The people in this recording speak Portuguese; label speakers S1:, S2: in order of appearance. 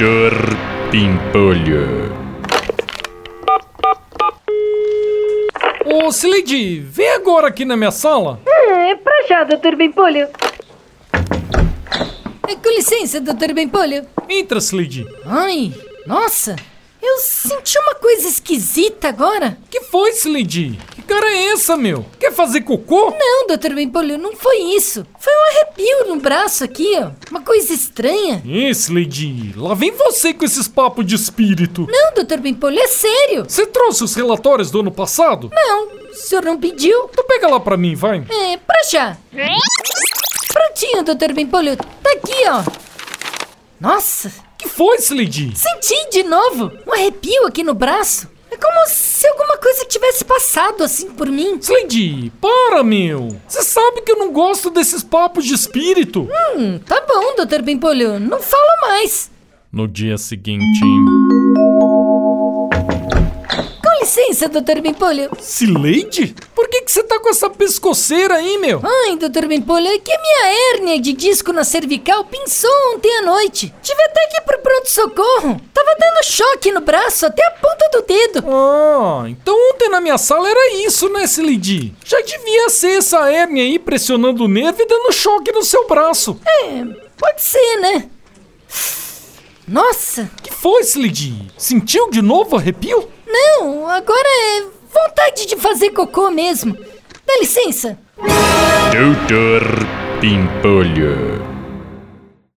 S1: Doutor Pimpolho.
S2: Ô, Sileidi, vem agora aqui na minha sala.
S3: É pra já, Dr. Pimpolho.
S4: Com licença, Dr. Pimpolho.
S2: Entra, Sileidi.
S4: Ai, nossa, eu senti uma coisa esquisita agora.
S2: Que foi, Sileidi? Que cara é essa, meu? Quer fazer cocô?
S4: Não, Dr. Pimpolho, não foi isso. Foi um arrepio no braço aqui, ó. Uma coisa estranha.
S2: Sileidi, lá vem você com esses papos de espírito.
S4: Não, Dr. Pimpolho, é sério.
S2: Você trouxe os relatórios do ano passado?
S4: Não, o senhor não pediu.
S2: Então pega lá pra mim, vai.
S4: Pra já. Prontinho, Dr. Pimpolho. Tá aqui, ó. Nossa,
S2: Que foi, Sileidi?
S4: senti de novo um arrepio aqui no braço. É como se alguma coisa tivesse passado assim por mim.
S2: Sileidi, para, meu. Você sabe que eu não gosto desses papos de espírito.
S4: Tá bom, Dr. Pimpolho, não fala mais.
S2: No dia seguinte...
S4: Com licença, Dr. Pimpolho.
S2: Sileidi? Por que você tá com essa pescoceira aí, meu?
S4: Ai, Dr. Pimpolho, é que a minha hérnia de disco na cervical pinçou ontem à noite. Tive até que ir pro pronto-socorro. Tava dando choque no braço, até a ponta do dedo.
S2: Ah, então ontem na minha sala era isso, né, Sileidi? Já devia ser essa hérnia aí pressionando o nervo e dando choque no seu braço.
S4: Pode ser, né? Nossa,
S2: Que foi, Sileidi? Sentiu de novo arrepio?
S4: não, agora é vontade de fazer cocô mesmo. Dá licença.
S1: Doutor Pimpolho.